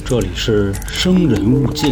这里是生人勿近。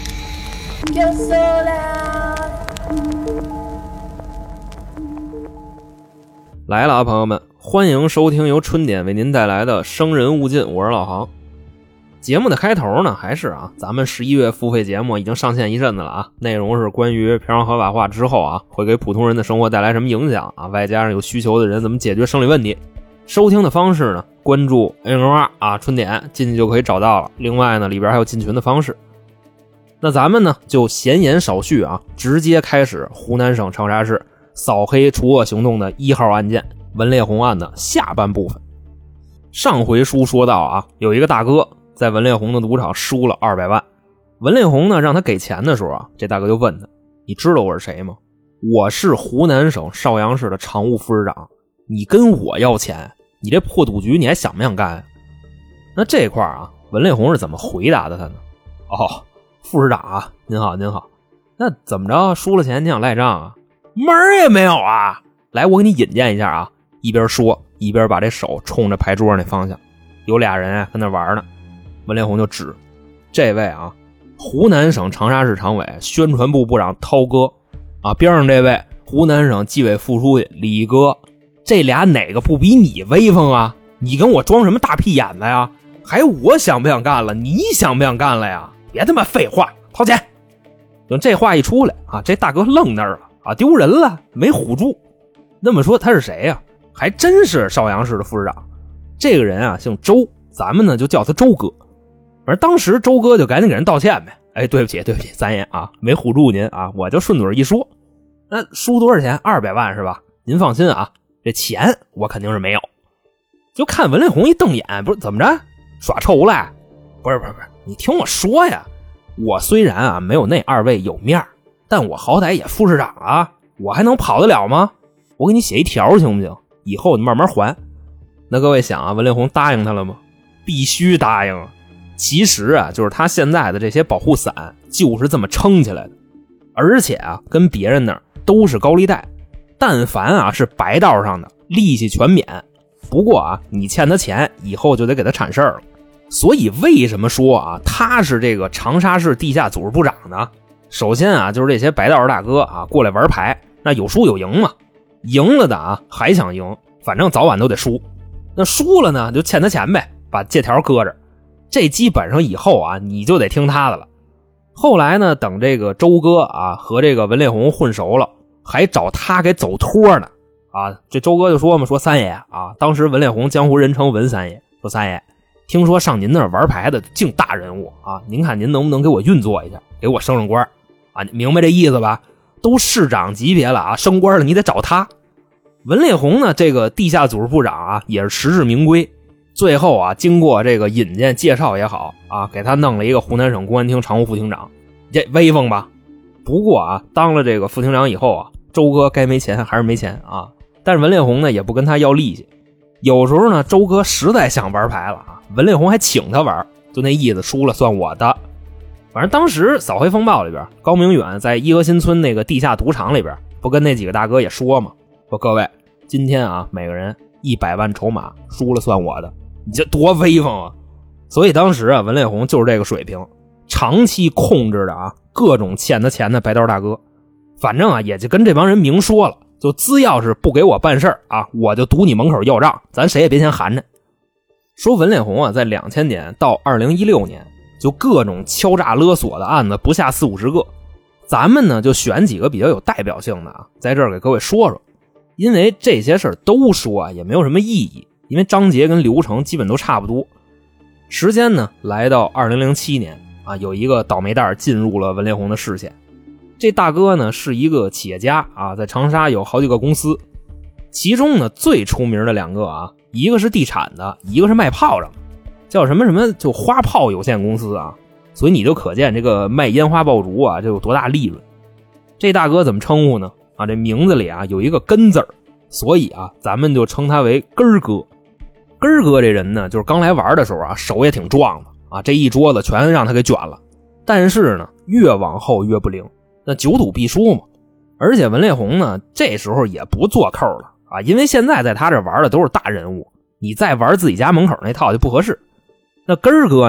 来了啊，朋友们，欢迎收听由春点为您带来的生人勿近，我是老航。节目的开头呢，还是咱们11月付费节目已经上线一阵子了啊，内容是关于嫖娼合法化之后会给普通人的生活带来什么影响外加上有需求的人怎么解决生理问题。收听的方式呢，关注 A02 春点进去就可以找到了，另外呢里边还有进群的方式。那咱们呢就闲言少叙直接开始湖南省长沙市扫黑除恶行动的1号案件文烈红案的下半部分。上回书说到有一个大哥在文烈红的赌场输了200万，文烈红呢让他给钱的时候这大哥就问他，你知道我是谁吗？我是湖南省邵阳市的常务副市长，你跟我要钱，你这破赌局你还想不想干那这块文烈红是怎么回答的他呢？副市长您好您好，那怎么着输了钱你想赖账门儿也没有来我给你引荐一下一边说一边把这手冲着牌桌那方向，有俩人跟那玩呢。文烈红就指这位湖南省长沙市常委宣传部部长涛哥边上这位湖南省纪委副书记李哥，这俩哪个不比你威风你跟我装什么大屁眼子呀？还我想不想干了，你想不想干了呀？别他妈废话，掏钱。等这话一出来这大哥愣那儿了丢人了，没唬住。那么说他是谁呀？还真是邵阳市的副市长。这个人姓周，咱们呢就叫他周哥。而当时周哥就赶紧给人道歉呗，对不起三爷没唬住您我就顺嘴一说。那输多少钱？200万是吧？您放心这钱我肯定是没有。就看文烈红一瞪眼，不是怎么着耍臭赖？不是，你听我说呀，我虽然没有那2位有面，但我好歹也副市长我还能跑得了吗？我给你写一条行不行？以后你慢慢还。那各位想文烈红答应他了吗？必须答应其实就是他现在的这些保护伞就是这么撑起来的，而且跟别人那儿都是高利贷，但凡是白道上的利息全免。不过你欠他钱以后就得给他铲事儿了。所以为什么说他是这个长沙市地下组织部长呢？首先就是这些白道大哥过来玩牌，那有输有赢嘛，赢了的还想赢，反正早晚都得输。那输了呢就欠他钱呗，把借条搁着。这基本上以后你就得听他的了。后来呢，等这个周哥和这个文烈红混熟了，还找他给走托呢这周哥就说嘛，说三爷当时文烈红江湖人称文三爷，说三爷听说上您那儿玩牌的净大人物您看您能不能给我运作一下，给我升官你明白这意思吧？都市长级别了升官了你得找他。文烈红呢这个地下组织部长也是实至名归，最后经过这个引荐介绍也好给他弄了一个湖南省公安厅常务副厅长，这威风吧？不过当了这个副厅长以后周哥该没钱还是没钱但是文烈红呢也不跟他要利息。有时候呢周哥实在想玩牌了文烈红还请他玩，就那意思，输了算我的。反正当时扫黑风暴里边，高明远在伊河新村那个地下赌场里边不跟那几个大哥也说吗？说各位今天每个人100万筹码，输了算我的。你这多威风所以当时文烈红就是这个水平，长期控制的各种欠他钱的白道大哥。反正也就跟这帮人明说了，就只要是不给我办事儿我就堵你门口要账，咱谁也别嫌寒碜。说文烈红在2000年到2016年就各种敲诈勒索的案子不下40-50个，咱们呢就选几个比较有代表性的在这儿给各位说说。因为这些事儿都说也没有什么意义，因为章节跟流程基本都差不多。时间呢来到2007年有一个倒霉蛋进入了文烈红的视线。这大哥呢是一个企业家在长沙有好几个公司，其中呢最出名的2个一个是地产的，一个是卖炮仗的，叫什么什么就花炮有限公司所以你就可见这个卖烟花爆竹这有多大利润。这大哥怎么称呼呢这名字里有一个根字儿，所以咱们就称他为根儿哥。根儿哥这人呢就是刚来玩的时候手也挺壮的这一桌子全让他给卷了。但是呢越往后越不灵，那久赌必输嘛。而且文烈红呢这时候也不做扣了因为现在在他这玩的都是大人物，你再玩自己家门口那套就不合适。那根儿哥呢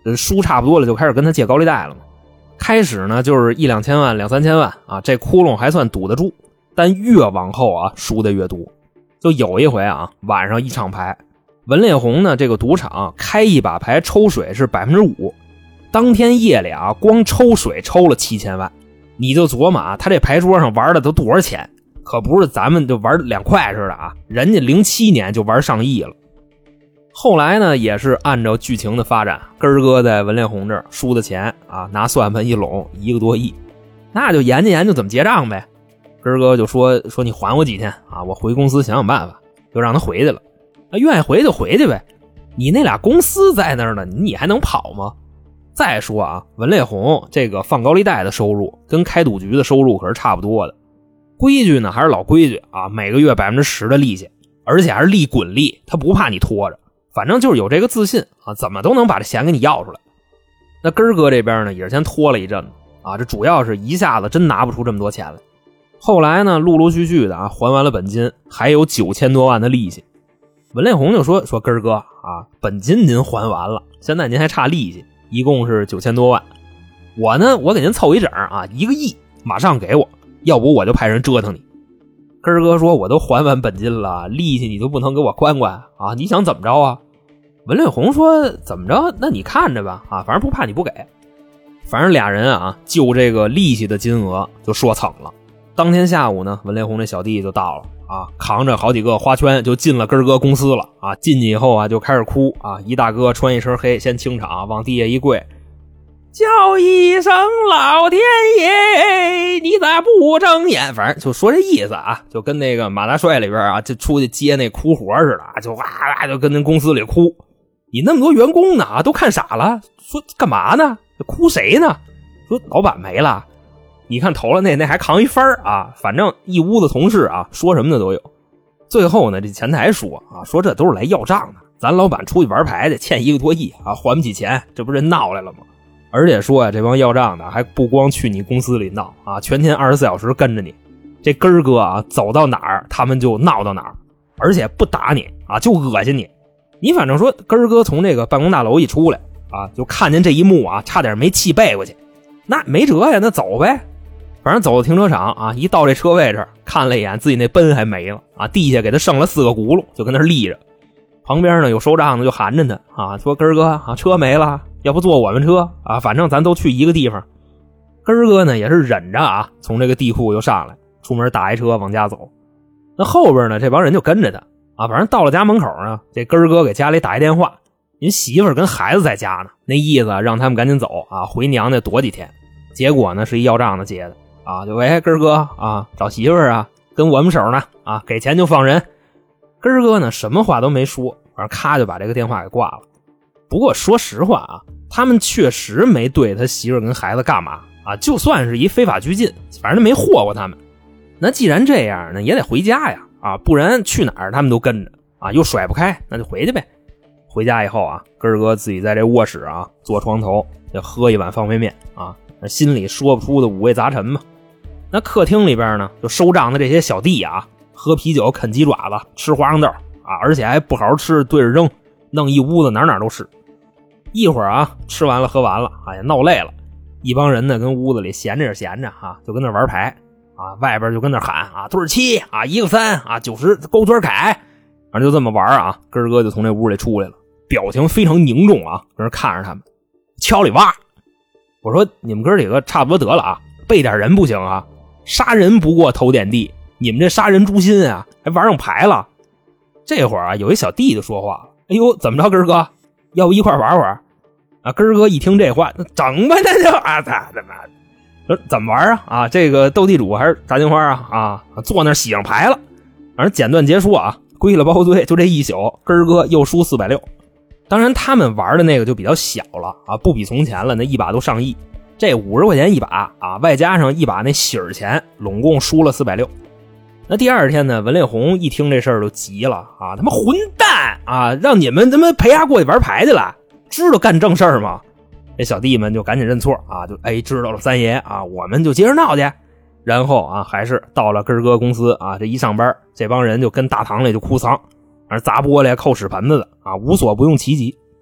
输差不多了就开始跟他借高利贷了嘛。开始呢就是1-2千万2-3千万啊，这窟窿还算堵得住，但越往后啊输的越多。就有一回啊，晚上一场牌，文烈红呢这个赌场开一把牌抽水是 5%， 当天夜里啊光抽水抽了7000万。你就琢磨啊，他这牌桌上玩的都多少钱，可不是咱们就玩2块似的啊，人家07年就玩上亿了。后来呢也是按照剧情的发展，根儿哥在文烈红这儿输的钱啊，拿算盘一拢1个多亿，那就研究研究怎么结账呗。根儿哥就说你还我几天啊，我回公司想想办法，就让他回去了。愿意回就回去呗，你那俩公司在那儿呢，你还能跑吗？再说啊，文烈红这个放高利贷的收入跟开赌局的收入可是差不多的，规矩呢还是老规矩啊，每个月 10% 的利息，而且还是利滚利，他不怕你拖着，反正就是有这个自信啊，怎么都能把这钱给你要出来。那根儿哥这边呢也是先拖了一阵子啊，这主要是一下子真拿不出这么多钱来。后来呢陆陆续续的啊还完了本金，还有9000多万的利息。文烈红就说根儿哥啊，本金您还完了，现在您还差利息，一共是9000多万。我呢我给您凑一整啊，1个亿马上给我，要不我就派人折腾你。根儿哥说我都还完本金了，利息你就不能给我关关啊？你想怎么着啊？文烈红说怎么着，那你看着吧啊，反正不怕你不给。反正俩人啊就这个利息的金额就说蹭了。当天下午呢，文烈红这小弟就到了啊，扛着好几个花圈就进了根儿哥公司了啊。进去以后啊就开始哭啊，一大哥穿一身黑，先清场往地下一跪，叫一声老天爷你咋不睁眼，反正就说这意思啊，就跟那个马大帅里边啊就出去接那哭活似的，就哇哇就跟那公司里哭。你那么多员工呢都看傻了，说干嘛呢，哭谁呢？说老板没了。你看投了那还扛一番啊，反正一屋子同事啊说什么的都有。最后呢这前台说啊，说这都是来要账的，咱老板出去玩牌去欠1个多亿啊，还不起钱，这不是闹来了吗？而且说这帮要账的还不光去你公司里闹啊，全天24小时跟着你。这根儿哥啊走到哪儿他们就闹到哪儿，而且不打你啊，就恶心你。你反正说根儿哥从这个办公大楼一出来啊，就看见这一幕啊，差点没气背过去。那没辙呀，那走呗。反正走到停车场啊，一到这车位这儿看了一眼，自己那奔还没了啊，地下给他剩了4个轱辘，就跟那儿立着。旁边呢有收账的就喊着他啊，说根儿哥啊，车没了，要不坐我们车啊，反正咱都去一个地方。根儿哥呢也是忍着啊，从这个地库又上来，出门打一车往家走。那后边呢这帮人就跟着他啊，反正到了家门口呢，这根儿哥给家里打一电话，您媳妇儿跟孩子在家呢，那意思让他们赶紧走啊，回娘家躲几天。结果呢是一要账的接的啊，就喂根儿哥啊，找媳妇儿啊，跟我们手呢啊，给钱就放人。根儿哥呢什么话都没说，反正咔就把这个电话给挂了。不过说实话啊，他们确实没对他媳妇儿跟孩子干嘛啊，就算是一非法拘禁，反正没祸过他们。那既然这样呢，也得回家呀啊，不然去哪儿他们都跟着啊，又甩不开，那就回去呗。回家以后啊，根儿哥自己在这卧室啊坐床头，就喝一碗方便面啊，那心里说不出的五味杂陈嘛。那客厅里边呢，就收账的这些小弟啊，喝啤酒啃鸡爪子吃花生豆啊，而且还不好好吃，对着扔，弄一屋子哪哪都是。一会儿啊吃完了喝完了啊，也闹累了，一帮人呢跟屋子里闲着啊，就跟那玩牌啊，外边就跟那喊啊对7啊1个3啊90勾圈凯，反正就这么玩啊。根儿哥就从这屋里出来了，表情非常凝重啊，跟那看着他们，敲里挖。我说你们哥几个差不多得了啊，背点人不行啊，杀人不过头点地，你们这杀人诛心啊，还玩上牌了。这会儿啊有一小弟就说话了，哎呦怎么着根儿哥，要不一块玩玩啊？根儿哥一听这话，整吧那就啊他妈说怎么玩啊？这个斗地主还是炸金花啊？坐那洗上牌了。反正简短结束啊，归了包堆，就这一宿，根儿哥又输460。当然他们玩的那个就比较小了啊，不比从前了，那一把都上亿。这50块钱一把啊，外加上一把那喜儿钱，拢共输了460。那第二天呢，文烈红一听这事儿就急了啊，他妈混蛋啊，让你们他妈陪他过去玩牌去了，知道干正事儿吗？这小弟们就赶紧认错啊，就知道了三爷啊，我们就接着闹去。然后啊还是到了根儿哥公司啊，这一上班这帮人就跟大堂里就哭丧，而砸玻璃扣屎盆子的啊，无所不用其极。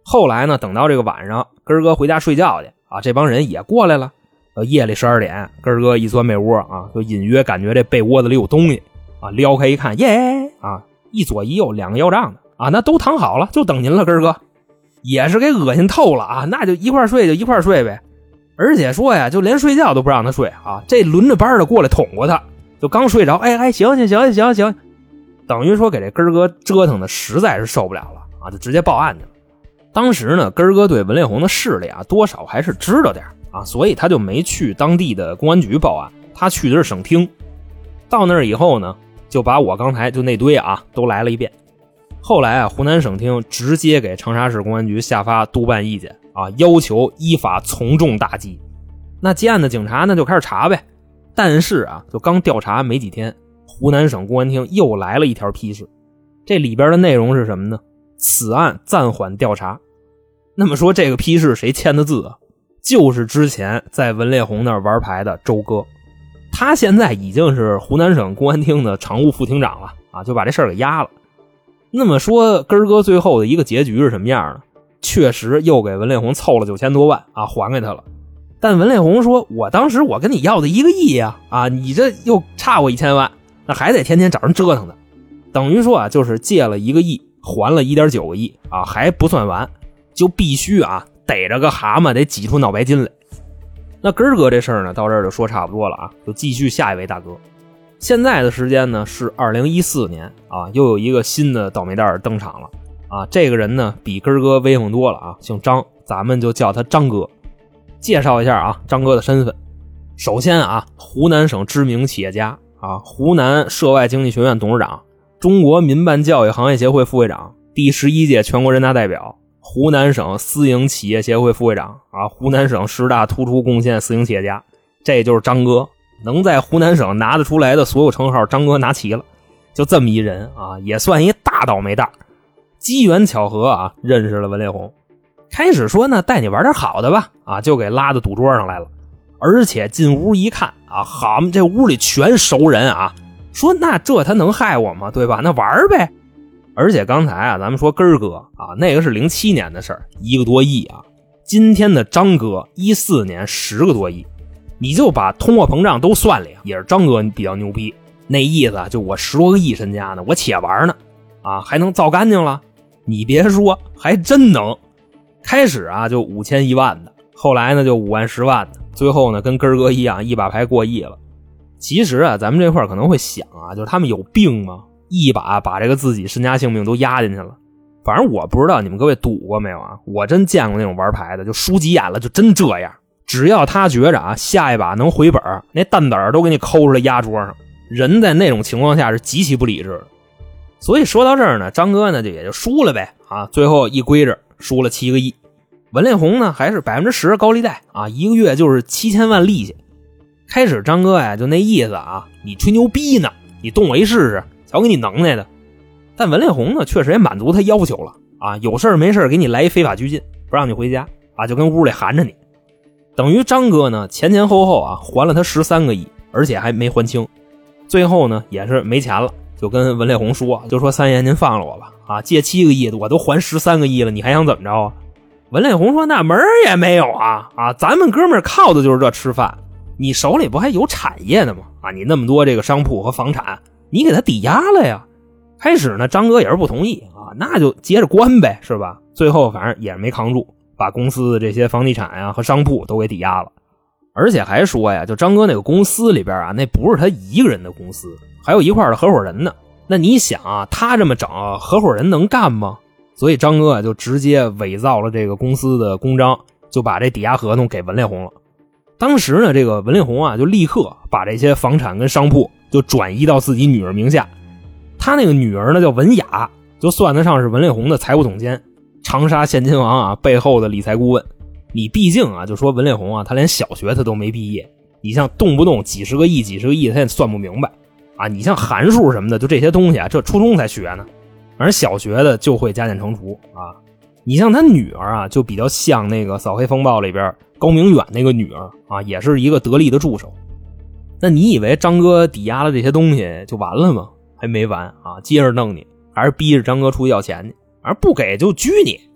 后来呢，等到这个晚上，根儿哥回家睡觉去啊，这帮人也过来了。夜里12点，根儿哥一钻被窝啊，就隐约感觉这被窝子里有东西啊，撩开一看，耶啊，一左一右2个要账的啊，那都躺好了，就等您了，根儿哥。也是给恶心透了啊，那就一块睡就一块睡呗。而且说呀，就连睡觉都不让他睡啊，这轮着班的过来捅过他，就刚睡着，哎，行，等于说给这根儿哥折腾的实在是受不了了啊，就直接报案去了。当时呢，根儿哥对文烈红的势力啊，多少还是知道点啊，所以他就没去当地的公安局报案，他去的是省厅。到那儿以后呢，就把我刚才就那堆啊都来了一遍。后来啊，湖南省厅直接给长沙市公安局下发督办意见啊，要求依法从重打击。那接案的警察呢就开始查呗，但是啊，就刚调查没几天，湖南省公安厅又来了一条批示，这里边的内容是什么呢？此案暂缓调查。那么说这个批示谁签的字啊？就是之前在文烈红那儿玩牌的周哥，他现在已经是湖南省公安厅的常务副厅长了啊，就把这事儿给压了。那么说根儿哥最后的一个结局是什么样呢？确实又给文烈红凑了9000多万啊，还给他了。但文烈红说，我当时我跟你要的1个亿呀，啊，你这又差我1000万，那还得天天找人折腾的。等于说啊，就是借了1个亿，还了1.9个亿啊，还不算完，就必须啊逮着个蛤蟆得挤出脑白金来。那根儿哥这事儿呢，到这儿就说差不多了啊，就继续下一位大哥。现在的时间呢是2014年啊，又有一个新的倒霉蛋登场了啊！这个人呢比根儿哥威风多了啊，姓张，咱们就叫他张哥。介绍一下啊，张哥的身份。首先啊，湖南省知名企业家啊，湖南涉外经济学院董事长，中国民办教育行业协会副会长，第11届全国人大代表，湖南省私营企业协会副会长啊，湖南省10大突出贡献私营企业家，这就是张哥。能在湖南省拿得出来的所有称号，张哥拿齐了。就这么一人啊，也算一大倒霉蛋。机缘巧合啊，认识了文烈红。开始说呢，带你玩点好的吧，啊，就给拉到赌桌上来了。而且进屋一看啊，好嘛，这屋里全熟人啊。说那这他能害我吗？对吧？那玩呗。而且刚才啊，咱们说根儿哥啊，那个是07年的事儿，1个多亿啊。今天的张哥14年10个多亿。你就把通货膨胀都算里，也是张哥比较牛逼。那意思就我10多个亿身家呢，我且玩呢，啊，还能造干净了？你别说，还真能。开始啊就5000、1万的，后来呢就5万、10万的，最后呢跟根儿哥一样，一把牌过亿了。其实啊，咱们这块可能会想啊，就是他们有病吗？一把把这个自己身家性命都压进去了。反正我不知道你们各位赌过没有啊？我真见过那种玩牌的，就输急眼了，就真这样。只要他觉着啊下一把能回本，那蛋子都给你抠出来压桌上。人在那种情况下是极其不理智的。所以说到这儿呢，张哥呢就也就输了呗啊，最后一归着输了7个亿。文烈红呢还是10%高利贷啊，一个月就是7000万利息。开始张哥呀就那意思啊，你吹牛逼呢，你动我一试试，瞧给你能耐的。但文烈红呢确实也满足他要求了啊，有事没事给你来一非法拘禁，不让你回家啊，就跟屋里含着你。等于张哥呢前后啊还了他13个亿，而且还没还清。最后呢也是没钱了，就跟文烈红说，就说三爷您放了我吧啊，借7个亿的我都还13个亿了，你还想怎么着啊？文烈红说那门儿也没有啊，咱们哥们儿靠的就是这吃饭，你手里不还有产业的吗？啊，你那么多这个商铺和房产，你给他抵押了呀。开始呢张哥也是不同意啊，那就接着关呗，是吧？最后反正也是没扛住，把公司的这些房地产啊和商铺都给抵押了。而且还说呀，就张哥那个公司里边啊，那不是他一个人的公司，还有一块的合伙人呢。那你想啊，他这么整，合伙人能干吗？所以张哥就直接伪造了这个公司的公章，就把这抵押合同给文烈红了。当时呢，这个文烈红啊就立刻把这些房产跟商铺就转移到自己女儿名下。他那个女儿呢叫文雅，就算得上是文烈红的财务总监，长沙现金王啊背后的理财顾问。你毕竟啊，就说文烈红啊，他连小学他都没毕业，你像动不动几十个亿他也算不明白啊。你像函数什么的，就这些东西啊，这初中才学呢，反正小学的就会加减乘除啊。你像他女儿啊，就比较像那个《扫黑风暴》里边高明远那个女儿啊，也是一个得力的助手。那你以为张哥抵押了这些东西就完了吗？还没完啊，接着弄你，还是逼着张哥出去要钱去，而不给就拘你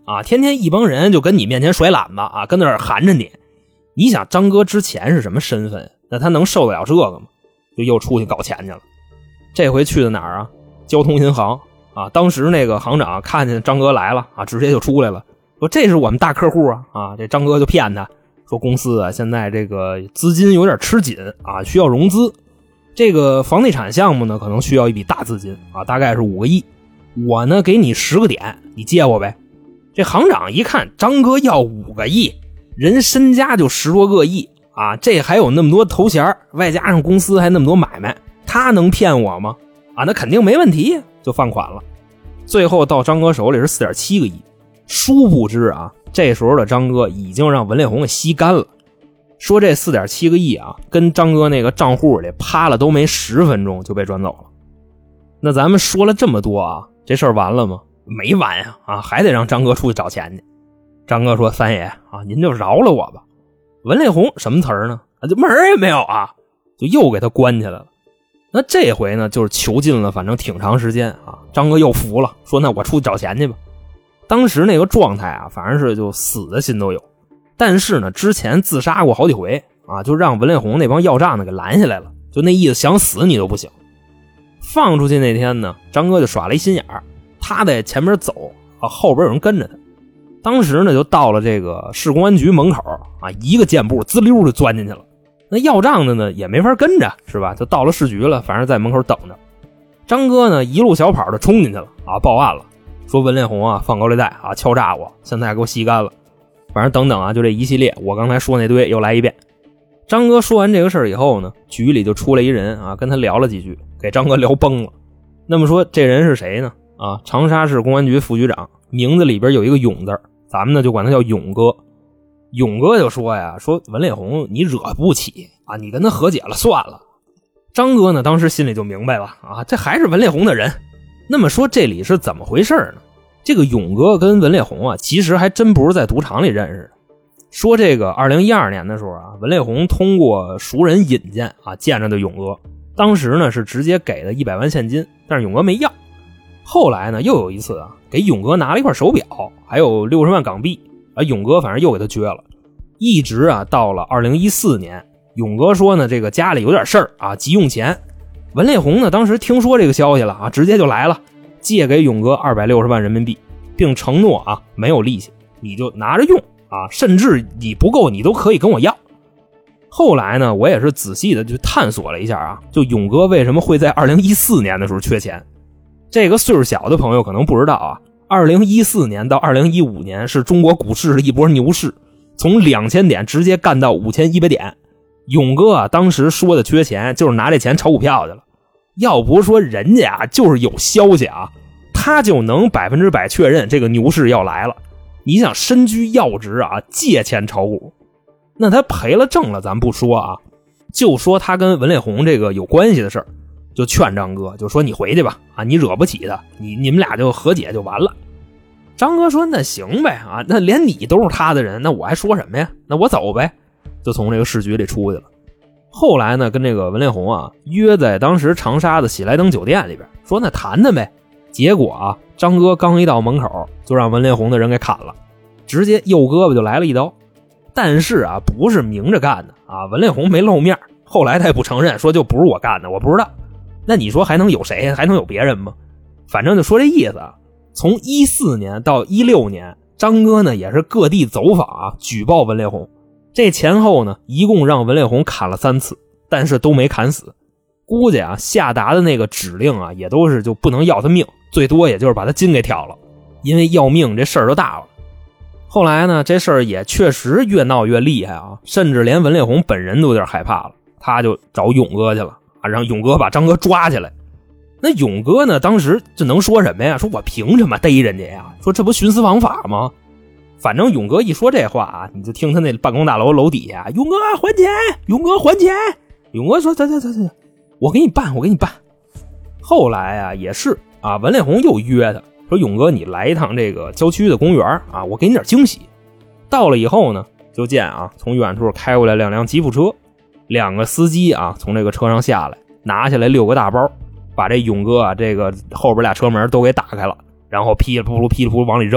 啊，天天一帮人就跟你面前甩懒子啊，跟那儿含着你。你想张哥之前是什么身份？那他能受得了这个吗？就又出去搞钱去了。这回去的哪儿啊？交通银行啊。当时那个行长看见张哥来了啊，直接就出来了，说这是我们大客户啊。这张哥就骗他说公司啊现在这个资金有点吃紧啊，需要融资。这个房地产项目呢可能需要一笔大资金啊，大概是5个亿。我呢给你10个点，你借我呗。这行长一看张哥要5个亿，人身家就10多个亿啊，这还有那么多头衔，外加上公司还那么多买卖，他能骗我吗？啊，那肯定没问题，就放款了。最后到张哥手里是 4.7 个亿。殊不知啊，这时候的张哥已经让文烈红给吸干了。说这 4.7 个亿啊，跟张哥那个账户里趴了都没10分钟就被转走了。那咱们说了这么多啊，这事儿完了吗？没完呀！啊，还得让张哥出去找钱去。张哥说：“三爷啊，您就饶了我吧。”文烈红什么词儿呢？就门儿也没有啊，就又给他关起来了。那这回呢，就是囚禁了，反正挺长时间啊。张哥又服了，说：“那我出去找钱去吧。”当时那个状态啊，反正是就死的心都有。但是呢，之前自杀过好几回啊，就让文烈红那帮要账的给拦下来了，就那意思，想死你都不行。放出去那天呢，张哥就耍了一心眼儿。他在前面走啊，后边有人跟着他。当时呢，就到了这个市公安局门口啊，一个箭步滋溜就钻进去了。那要账的呢也没法跟着，是吧？就到了市局了，反正在门口等着。张哥呢一路小跑的冲进去了啊，报案了，说文烈红啊放高利贷啊，敲诈我，现在给我吸干了。反正等等啊，就这一系列，我刚才说那堆又来一遍。张哥说完这个事儿以后呢，局里就出来一人啊，跟他聊了几句，给张哥聊崩了。那么说这人是谁呢？啊，长沙市公安局副局长，名字里边有一个勇字，咱们呢就管他叫勇哥。勇哥就说呀，说文烈红你惹不起啊，你跟他和解了算了。张哥呢当时心里就明白了啊，这还是文烈红的人。那么说这里是怎么回事呢？这个勇哥跟文烈红啊，其实还真不是在赌场里认识的。说这个2012年的时候啊，文烈红通过熟人引荐啊见着的勇哥，当时呢是直接给了100万现金，但是勇哥没要。后来呢又有一次啊，给勇哥拿了一块手表，还有60万港币，而勇哥反正又给他撅了。一直啊到了2014年，勇哥说呢这个家里有点事儿啊，急用钱。文烈红呢当时听说这个消息了啊，直接就来了，借给勇哥260万人民币，并承诺啊没有利息，你就拿着用啊，甚至你不够你都可以跟我要。后来呢我也是仔细的去探索了一下啊，就勇哥为什么会在2014年的时候缺钱。这个岁数小的朋友可能不知道啊，2014年到2015年是中国股市的一波牛市，从2000点直接干到5100点。勇哥啊当时说的缺钱就是拿这钱炒股票去了。要不是说人家啊就是有消息啊，他就能100%确认这个牛市要来了。你想身居要职啊，借钱炒股，那他赔了挣了咱不说啊，就说他跟文烈红这个有关系的事儿，就劝张哥就说你回去吧啊，你惹不起他，你们俩就和解就完了。张哥说那行呗啊，那连你都是他的人，那我还说什么呀，那我走呗，就从这个市局里出去了。后来呢跟这个文烈红啊约在当时长沙的喜来登酒店里边，说那谈谈呗。结果啊张哥刚一到门口就让文烈红的人给砍了，直接右胳膊就来了一刀。但是啊不是明着干的啊，文烈红没露面，后来他也不承认，说就不是我干的，我不知道。那你说还能有谁，还能有别人吗？反正就说这意思啊。从14年到16年，张哥呢也是各地走访啊，举报文烈红。这前后呢一共让文烈红砍了3次，但是都没砍死。估计啊下达的那个指令啊也都是就不能要他命，最多也就是把他筋给挑了，因为要命这事儿都大了。后来呢这事儿也确实越闹越厉害啊，甚至连文烈红本人都有点害怕了，他就找勇哥去了啊，让勇哥把张哥抓起来。那勇哥呢当时就能说什么呀，说我凭什么逮人家呀，说这不徇私枉法吗？反正勇哥一说这话啊，你就听他那办公大楼楼底下，勇哥还钱，勇哥还钱。勇哥说走，我给你办。后来啊也是啊，文烈红又约他说勇哥你来一趟这个郊区的公园啊，我给你点惊喜。到了以后呢，就见啊从远处开过来2辆吉普车，2个司机啊从这个车上下来，拿下来6个大包，把这勇哥啊这个后边俩车门都给打开了，然后噼里扑噜往里扔，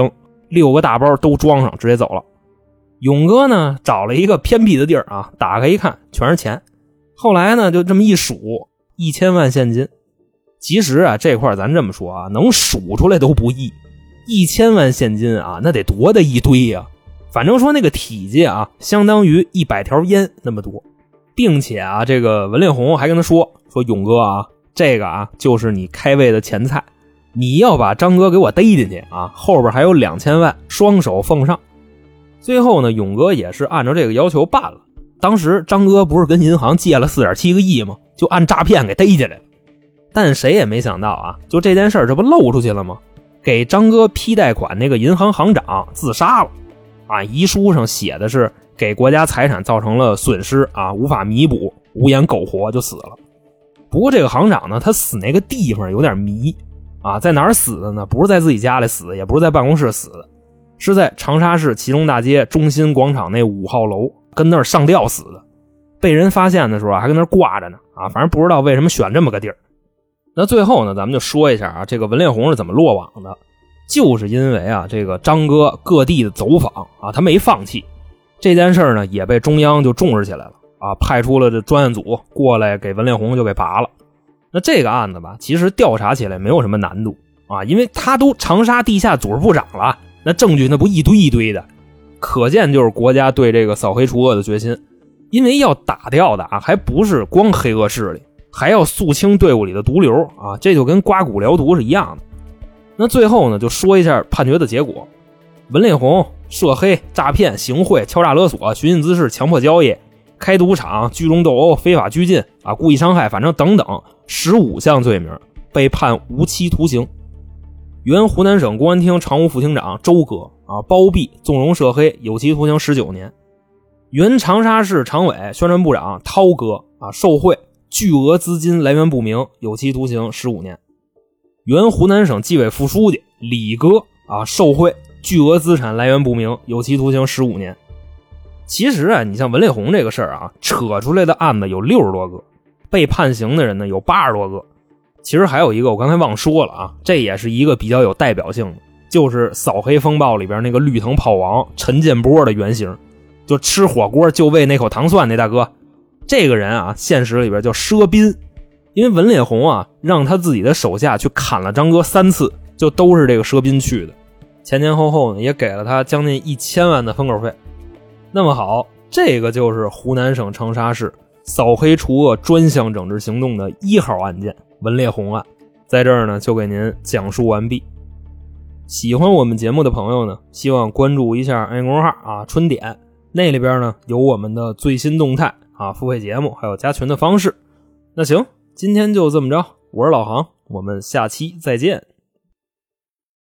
6个大包都装上，直接走了。勇哥呢找了一个偏僻的地儿啊，打开一看全是钱。后来呢就这么一数，1000万现金。其实啊这块咱这么说啊，能数出来都不易。1000万现金啊，那得多的一堆呀。反正说那个体积啊，相当于100条烟那么多。并且啊，这个文烈红还跟他说勇哥啊，这个啊就是你开胃的前菜，你要把张哥给我逮进去啊，后边还有2000万双手奉上。最后呢，勇哥也是按照这个要求办了。当时张哥不是跟银行借了4.7个亿吗？就按诈骗给逮起来了。但谁也没想到啊，就这件事这不漏出去了吗？给张哥批贷款那个银行行长自杀了啊！遗书上写的是给国家财产造成了损失啊，无法弥补，无颜苟活就死了。不过这个行长呢，他死那个地方有点迷啊，在哪儿死的呢？不是在自己家里死的，也不是在办公室死的，是在长沙市祁隆大街中心广场那5号楼，跟那儿上吊死的。被人发现的时候还跟那儿挂着呢啊，反正不知道为什么选这么个地儿。那最后呢，咱们就说一下啊，这个文烈红是怎么落网的。就是因为啊，这个张哥各地的走访啊，他没放弃这件事呢，也被中央就重视起来了啊，派出了这专案组过来给文烈红就给拔了。那这个案子吧，其实调查起来没有什么难度啊，因为他都长沙地下组织部长了，那证据那不一堆一堆的，可见就是国家对这个扫黑除恶的决心。因为要打掉的啊，还不是光黑恶势力，还要肃清队伍里的毒瘤啊，这就跟刮骨疗毒是一样的。那最后呢，就说一下判决的结果。文烈红涉黑、诈骗、行贿、敲诈勒索、寻衅滋事、强迫交易、开赌场、聚众斗殴、非法拘禁啊、故意伤害，反正等等15项罪名，被判无期徒刑。原湖南省公安厅常务副厅长周哥啊，包庇纵容涉黑，有期徒刑19年。原长沙市常委宣传部长涛哥啊，受贿巨额资金来源不明，有期徒刑15年。原湖南省纪委副书记李哥啊，受贿巨额资产来源不明，有期徒刑15年。其实啊，你像文烈红这个事儿啊，扯出来的案子有60多个，被判刑的人呢有80多个。其实还有一个我刚才忘说了啊，这也是一个比较有代表性的，就是扫黑风暴里边那个绿藤炮王陈建波的原型，就吃火锅就为那口糖蒜那大哥。这个人啊，现实里边叫佘斌。因为文烈红啊，让他自己的手下去砍了张哥3次，就都是这个佘斌去的。前后呢，也给了他将近1000万的封口费。那么好，这个就是湖南省长沙市扫黑除恶专项整治行动的1号案件文烈红案，在这儿呢就给您讲述完毕。喜欢我们节目的朋友呢，希望关注一下公众号啊，春点，那里边呢有我们的最新动态啊，付费节目还有加群的方式。那行，今天就这么着，我是老航，我们下期再见。